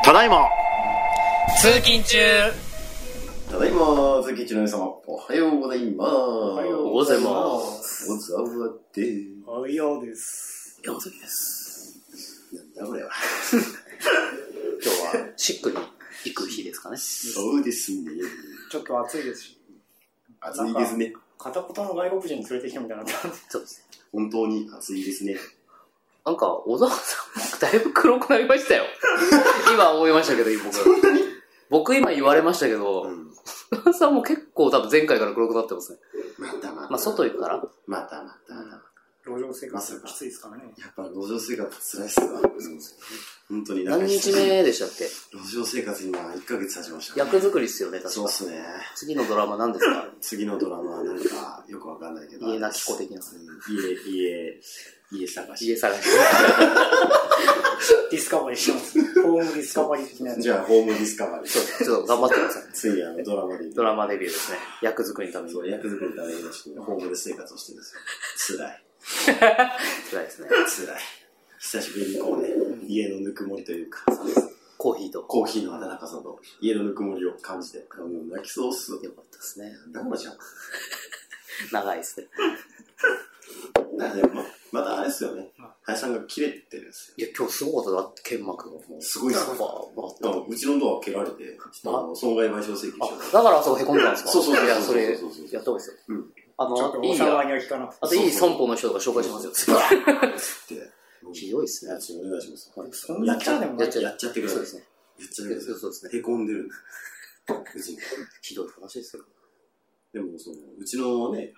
ただいま通勤中。 ただいま通勤中の皆様、おはようございます。おはようございます。 おざわでおよです。 山崎です。なんだこれは。 今日はシックに行く日ですかね。 そうですね。 ちょっと暑いですし。 暑いですね。 片言の外国人に連れてきたみたいな。 そうですね。 本当に暑いですね。 なんか小沢さんだいぶ黒くなりましたよ。今思いましたけど、僕今言われましたけど、小沢さんも結構多分前回から黒くなってますね。 また。 まあ外行くからまた。 路上生活きついですからね。 やっぱ路上生活辛いっすわ。本当に何日目でしたっけ？ 路上生活今1ヶ月経ちましたね。 役作りっすよね、確か。 そうっすね。 次のドラマ何ですか？ 次のドラマはなんかよくわかんないけど。 家なき子的な。 家探し。 家探し。 ディスカバリーしてます。ホームディスカバリー的なやつ。 じゃあホームディスカバリー。 ちょっと頑張ってください。 ついにドラマデビュー。 ドラマデビューですね。役作りのために。 そう、役作りのためにホームで生活をしてるんですよ。辛い。 辛いですね。 辛い。久しぶりにこうね、家のぬくもりというか、 コーヒーと。 コーヒーの温かさと家のぬくもりを感じて、もう泣きそうっす。 よかったですね。 なんだじゃん。 長いですね。 でもまたあれですよね。林さんが切れてるんですよ。 いや、今日すごかった。剣幕が。 すごいっすよ。うちのドア蹴られて、損害賠償請求書。 だからあそこへこんでたんですか？ そう。 いや、それ、やった方がいいですよ。いいや。あといい損保の人が紹介しますよ。ひどいっすね。 お願いします。 そんなキャラでもやっちゃってください。 そうですね。 やっちゃってください。 そうですね。 へこんでる。 ひどい話ですよ。 でも、うちのね、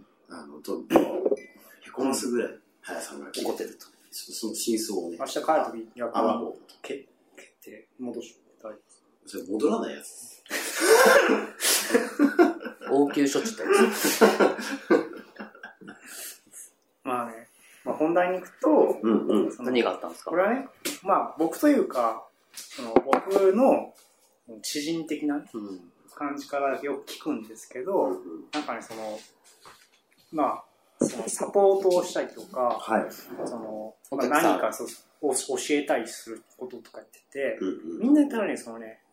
へこますぐらい、林さんが怒ってると。 その真相をね。 明日帰るとき、役を蹴って戻したい。 それ戻らないやつです。 応急処置ってやつ。 まあね、本題に行くと、 何があったんですか？ これはね、僕というか、僕の知人的な感じからよく聞くんですけど、なんかね、サポートをしたりとか、何か教えたりすることとか言ってて、みんな言ったらね、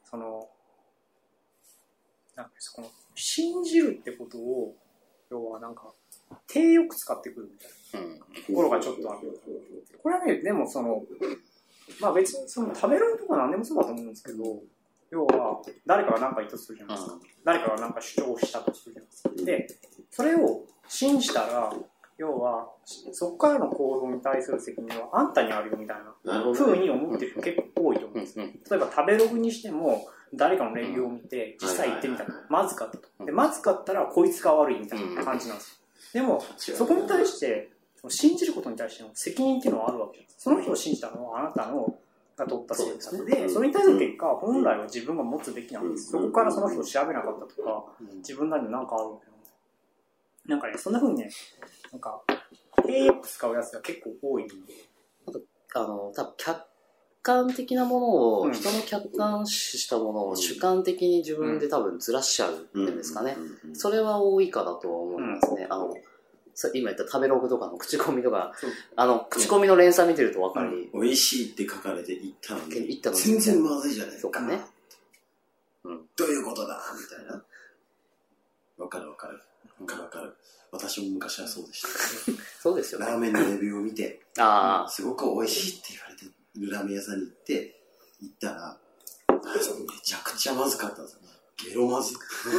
信じるってことを、要はなんか、手よく使ってくるみたいなところがちょっとある。これはね、でも別に食べるとか何でもそうだと思うんですけど、要は誰かが何か言ったとするじゃないですか。誰かが何か主張したとするじゃないですか。で、それを信じたら、要はそこからの行動に対する責任はあんたにあるよみたいな風に思ってる人結構多いと思うんですよ。例えば食べログにしても、誰かのレビューを見て実際言ってみたらまずかったと。で、まずかったらこいつが悪いみたいな感じなんですよ。でもそこに対して信じることに対しての責任っていうのはあるわけです。その人を信じたのはあなたのが取った選択で、それに対する結果は本来は自分が持つべきなんです。そこからその人を調べなかったとか、自分なりに何かあるわけなんです。なんかね、そんな風にね、なんか手よく使うやつが結構多いんで、 多分客観的なものを、人の客観視したものを主観的に自分で多分ずらしちゃうっていうんですかね。それは多いかなと思いますね。今言った食べログとかの口コミとか、口コミの連鎖見てると分かり、 美味しいって書かれて行ったのに、 全然まずいじゃないですか。 ね。 どういうことだみたいな。わかる。私も昔はそうでした。 そうですよね。 ラーメンのレビューを見て、すごく美味しいって言われてるラーメン屋さんに行ったら、めちゃくちゃまずかったんですよ。ゲロまず。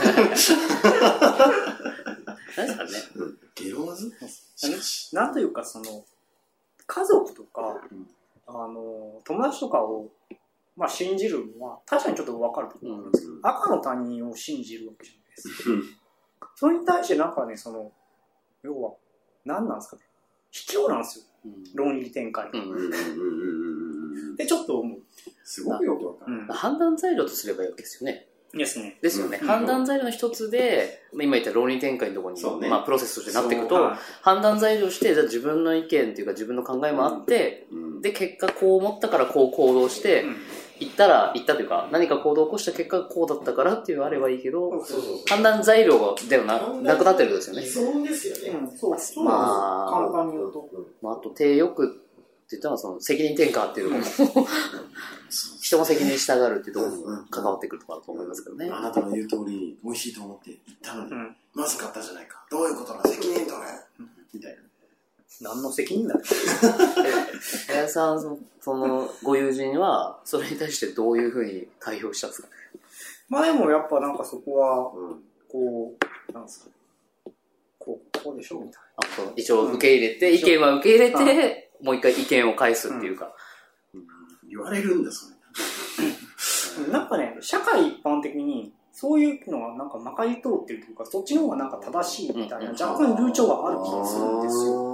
何ですかね。 ゲロまず？ なんというか家族とか、友達とかを、信じるのは確かにちょっと分かると思うんですけど、赤の他人を信じるわけじゃないですか。それに対してなんかね、要は何なんですかね、卑怯なんですよ、論理展開でちょっと思う。 すごくよく分かる。 判断材料とすればいいわけですよね。 ですよね。 判断材料の一つで、今言った論理展開のところに、プロセスとしてなっていくと、判断材料として、じゃあ自分の意見っていうか自分の考えもあって、で、結果こう思ったからこう行動して、言ったというか、何か行動を起こした結果がこうだったからっていうのがあればいいけど、判断材料ではなくなってるんですよね。 そうですよね。 簡単に言うと。 あと手よく言ったらその責任転嫁っていうのも人も責任に従うっていうところに関わってくるところだと思いますけどね。 あなたの言う通りに美味しいと思って言ったのに、まずかったじゃないか。どういうことだ、責任取れみたいな。 何の責任だよ。 林さん、そのご友人はそれに対してどういうふうに対応したんですか？ まあでもやっぱなんかそこはこうなんですか、こうでしょみたいな。一応受け入れて、意見は受け入れて、もう一回意見を返すっていうか。 言われるんだそれ。なんかね、社会一般的にそういうのがなんかまかり通ってるというか、そっちの方がなんか正しいみたいな若干風潮がある気がするんですよ。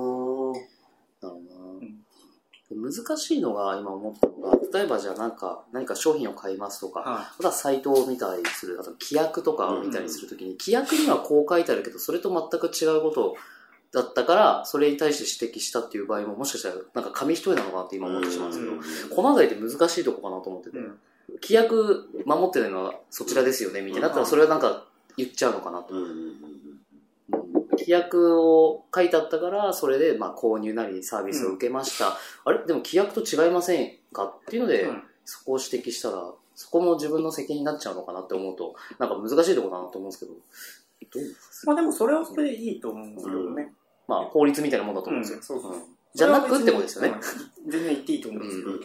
難しいのが今思ったのが、例えばじゃあ何か商品を買いますとか、またサイトを見たりする、あと規約とかを見たりするときに、規約にはこう書いてあるけど、それと全く違うことだったから、それに対して指摘したっていう場合も、もしかしたらなんか紙一重なのかなって今思ってしまうんですけど、このあたりって難しいとこかなと思ってて、規約守ってるのはそちらですよねみたいなだったら、それはなんか言っちゃうのかなと。規約を書いてあったからそれでまあ購入なりサービスを受けました、あれでも規約と違いませんかっていうので、そこを指摘したらそこも自分の責任になっちゃうのかなって思うとなんか難しいところだなと思うんですけど、どうですか？ まあでもそれはそれでいいと思うんですけどね、 まあ法律みたいなものだと思うんですよ、じゃなくってことですよね、 全然言っていいと思うんですけど、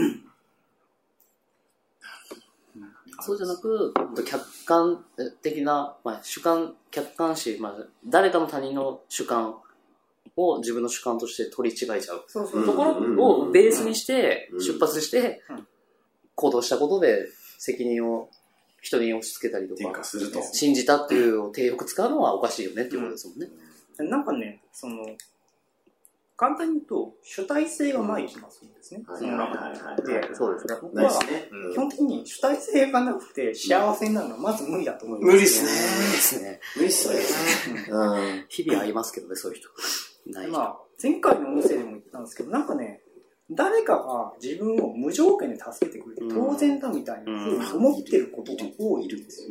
そうじゃなく、客観的な、まあ、主観、客観視、まあ、誰かの他人の主観を自分の主観として取り違えちゃうところをベースにして出発して行動したことで責任を人に押し付けたりとか信じたっていう手よく使うのはおかしいよねっていうことですもんね。 なんかね、簡単に言うと主体性がない気がするんですね。その中で。 そうですね。 僕は基本的に主体性がなくて幸せになるのはまず無理だと思います。 無理ですね。無理っすね。 日々会いますけどね、そういう人。 まあ、前回の音声でも言ったんですけど、なんかね、誰かが自分を無条件で助けてくれて当然だみたいなふうに思ってることが多いんですよ。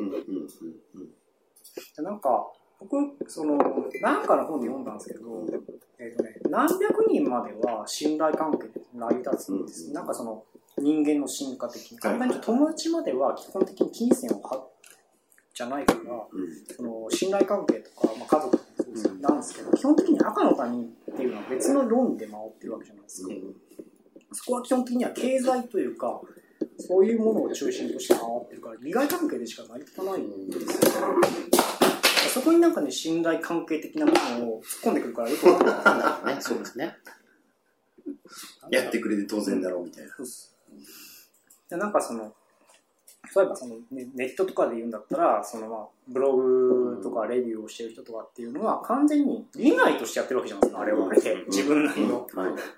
なんか、僕、なんかの本で読んだんですけど、何百人までは信頼関係で成り立つんです。なんか人間の進化的に。簡単に言うと友達までは基本的に金銭をじゃないから、信頼関係とか、まあ、家族なんですけど、基本的に赤の他人っていうのは別の論で回ってるわけじゃないですか。そこは基本的には経済というか、そういうものを中心として回ってるから、利害関係でしか成り立たないんですよ。そこになんかね、信頼関係的なものを突っ込んでくるからよくわかんないね。 そうですね。 やってくれて当然だろうみたいな。 なんか例えばネットとかで言うんだったら、まあ、ブログとかレビューをしてる人とかっていうのは完全に利害としてやってるわけじゃないですか、あれはあれで。自分なりの。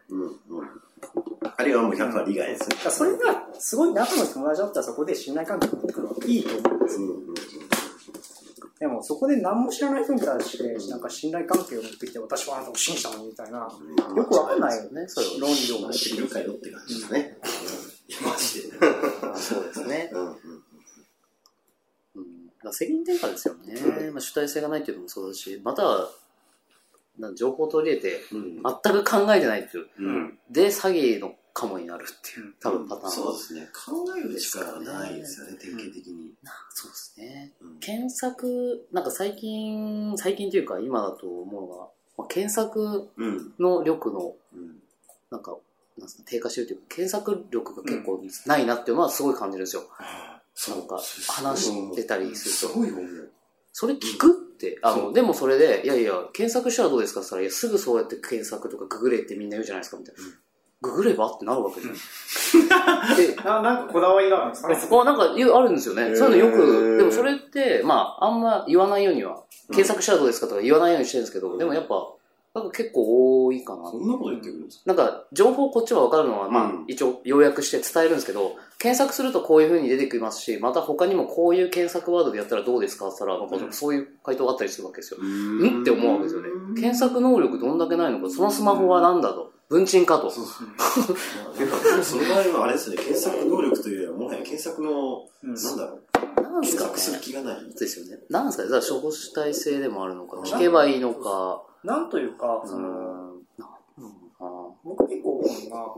あれはもう100%利害ですね。 それがすごい仲の友達だったらそこで信頼関係ができるのはいいと思うんですよ。でもそこで何も知らない人に対してなんか信頼関係を持ってきて私はあなたを信じたのにみたいな、よくわかんないよね、論理を持ってくるかよって感じですね。マジで。 そうですね。責任転嫁ですよね。まあ、主体性がないっていうのもそうだし、または情報を取り入れて全く考えてないっていう、で詐欺のカモになるっていう多分パターン。 そうですね。考える力がないですよね、典型的に。 そうですね。検索、なんか最近というか今だと思うのが、まあ、検索の力のなんか低下してるというか、検索力が結構ないなっていうのはすごい感じるんですよ。なんか話してたりすると。それ聞くって、でもそれで、いやいや、検索したらどうですかって言ったら、いや、すぐそうやって検索とかググれってみんな言うじゃないですかみたいな。ググればってなるわけじゃん。 なんかこだわりがあるんですかね。 そこはなんかあるんですよね。そういうのよく、でもそれって、まあ、あんま言わないようには、検索したらどうですかとか言わないようにしてるんですけど、でもやっぱ、なんか結構多いかな。 そんなこと言ってくるんですか？ なんか、情報こっちは分かるのは、まあ、一応要約して伝えるんですけど、検索するとこういう風に出てきますし、また他にもこういう検索ワードでやったらどうですかって言ったら、なんかそういう回答があったりするわけですよ。って思うわけですよね。検索能力どんだけないのか、そのスマホはなんだと。文鎮かと。 その場合はあれですね、検索能力というよりは、もはや検索の、なんだろう。検索する気がない。 ですよね。なんですかね、じゃあ、初歩主体性でもあるのか、聞けばいいのか。 なんというか、僕結構思うのが、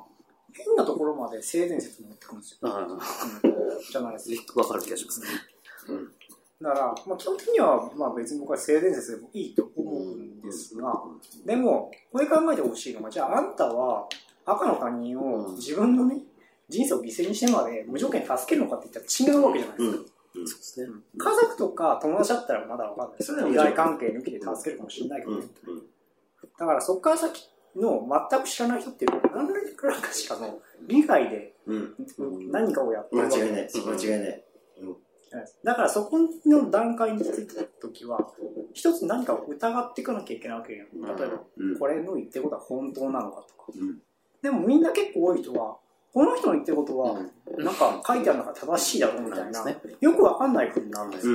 変なところまで性善説持ってくるんですよ。じゃないですか。わかる気がしますね。 だから、基本的には、別に僕は性善説でもいいと思うんですが、でも、これ考えてほしいのが、じゃああんたは赤の他人を自分のね、人生を犠牲にしてまで無条件に助けるのかって言ったら違うわけじゃないですか。家族とか友達だったらまだわかんない。それは利害関係抜きで助けるかもしれないけどね。だからそこから先の全く知らない人っていうのは何らかしかの利害で何かをやってるわけ間違いない。間違いない。 だからそこの段階についたときは、一つ何かを疑っていかなきゃいけないわけよ。例えば、これの言ってることは本当なのかとか。でもみんな結構多い人は、この人の言ってることは、なんか書いてあるのが正しいだろうみたいな、よくわかんない風になるんですよ。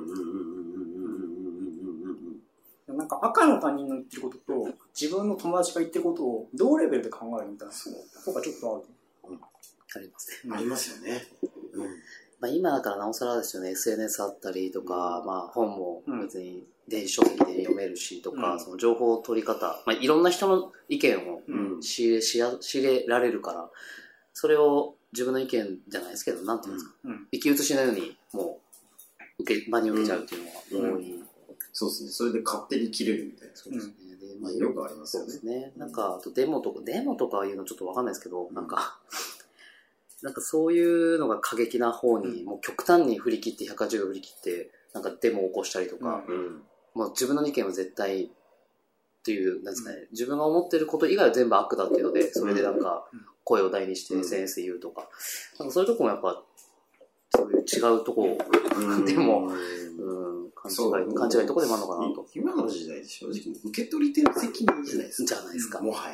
なんか赤の他人の言ってることと、自分の友達が言ってることを同レベルで考えるみたいなことがちょっとありますね。 ありますよね。 今だからなおさらですよね。 SNS あったりとか、本も別に電子書籍で読めるしとか、その情報取り方、いろんな人の意見を仕入れられるから、それを自分の意見じゃないですけど、なんていうんですか、生き写しのようにもう場に受けちゃうっていうのが多い。 そうですね。それで勝手に切れるみたいな。そうですね。よくありますよね。 そうですね。なんかあとデモとかいうのちょっとわかんないですけど、なんかそういうのが過激な方に、もう極端に振り切って180度振り切ってなんかデモを起こしたりとか、自分の意見は絶対っていうなんですかね、自分が思ってること以外は全部悪だっていうので、それでなんか声を大にして SNS で言うとか、なんかそういうとこもやっぱそういう違うとこでも勘違いとこでもあるのかなと。 今の時代正直受け取り手の責任じゃないですか。もはや。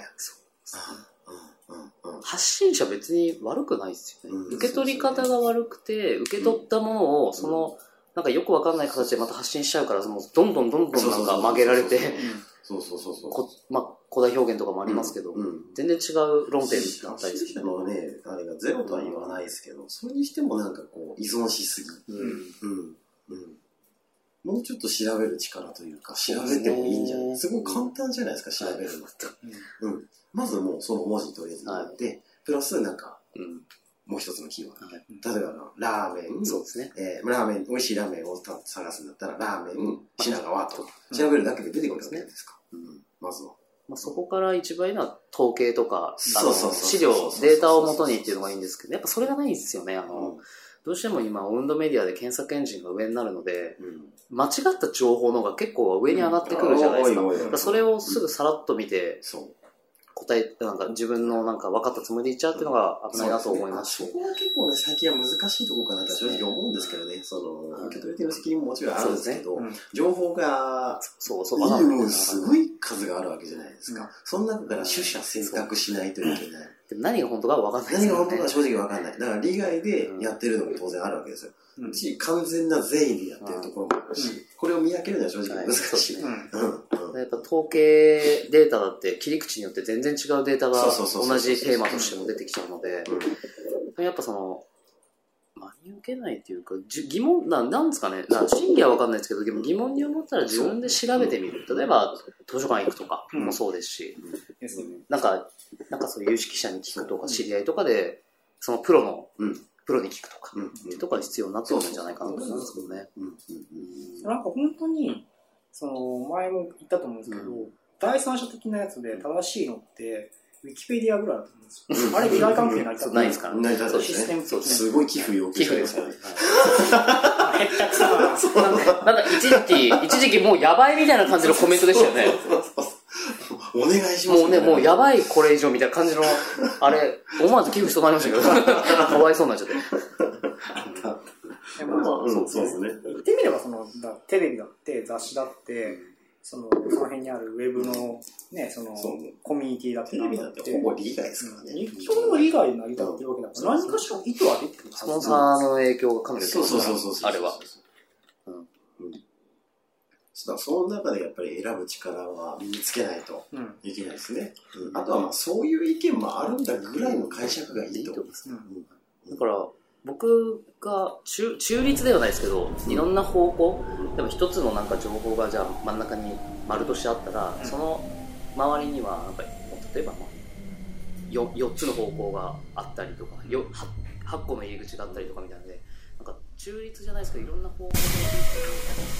発信者別に悪くないですよね。受け取り方が悪くて、受け取ったものをそのなんかよくわかんない形でまた発信しちゃうから、もうどんどんなんか曲げられて、古代表現とかもありますけど、全然違う論点だったりする。 のね、あれがゼロとは言わないですけど、それにしてもなんかこう依存しすぎ。もうちょっと調べる力というか、調べてもいいんじゃない。すごい簡単じゃないですか、調べるのって。まずもうその文字とりあえずやって、プラスなんか、もう一つのキーワード。例えばラーメン、 そうですね。 ラーメン、美味しいラーメンを探すんだったら、ラーメン、品川と調べるだけで出てくるじゃないですか。まずは。 そこから一番いいのは統計とか、資料、データを元にっていうのがいいんですけど、やっぱそれがないんですよね。どうしても今、オウンドメディアで検索エンジンが上になるので、間違った情報の方が結構上に上がってくるじゃないですか。それをすぐさらっと見て、なんか自分のなんか分かったつもりで言っちゃうっていうのが危ないなと思いますし。 そこは結構ね、最近は難しいところかなと正直思うんですけどね。受け取り手の責任ももちろんあるんですけど、情報が、すごい数があるわけじゃないですか。その中から取捨選択しないといけない。 でも何が本当かは分かんないですよね。何が本当か正直分かんない。だから利害でやってるのも当然あるわけですよ。完全な善意でやってるところもあるし、これを見分けるのは正直難しい。 やっぱ統計データだって切り口によって全然違うデータが同じテーマとしても出てきちゃうので、やっぱその真に受けないというか疑問なんですかね、真偽は分かんないですけど、でも疑問に思ったら自分で調べてみる。例えば図書館行くとかもそうですし、なんかそういう有識者に聞くとか知り合いとかでそのプロに聞くとかっていうところが必要になってくるんじゃないかなと思うんですけどね。 なんか本当にその前も言ったと思うんですけど、第三者的なやつで正しいのってウィキペディアぐらいだと思うんですよ。あれ利害関係ないですからね。システムすごい寄付要求ですよね。なんか一時期もうやばいみたいな感じのコメントでしたよね。 お願いします。 もうやばいこれ以上みたいな感じのあれ思わず寄付しそうになりましたけど、かわいそうになっちゃって。 そうですね。 言ってみればテレビだって雑誌だってその辺にあるウェブのねコミュニティだってテレビだってほぼ利害ですからね。 基本の利害に成り立ってるわけだから何かしら意図は出てくるはずなんです。 スポンサーの影響がかなりそうあれは。 その中でやっぱり選ぶ力は身につけないといけないですね。あとはそういう意見もあるんだぐらいの解釈がいいと思います。 だから僕が中立ではないですけど、いろんな方向でも一つのなんか情報がじゃあ真ん中に丸としてあったら、その周りにはやっぱり例えば 4つの方向があったりとか、8個の入り口があったりとかみたいなので、なんか中立じゃないですけどいろんな方向で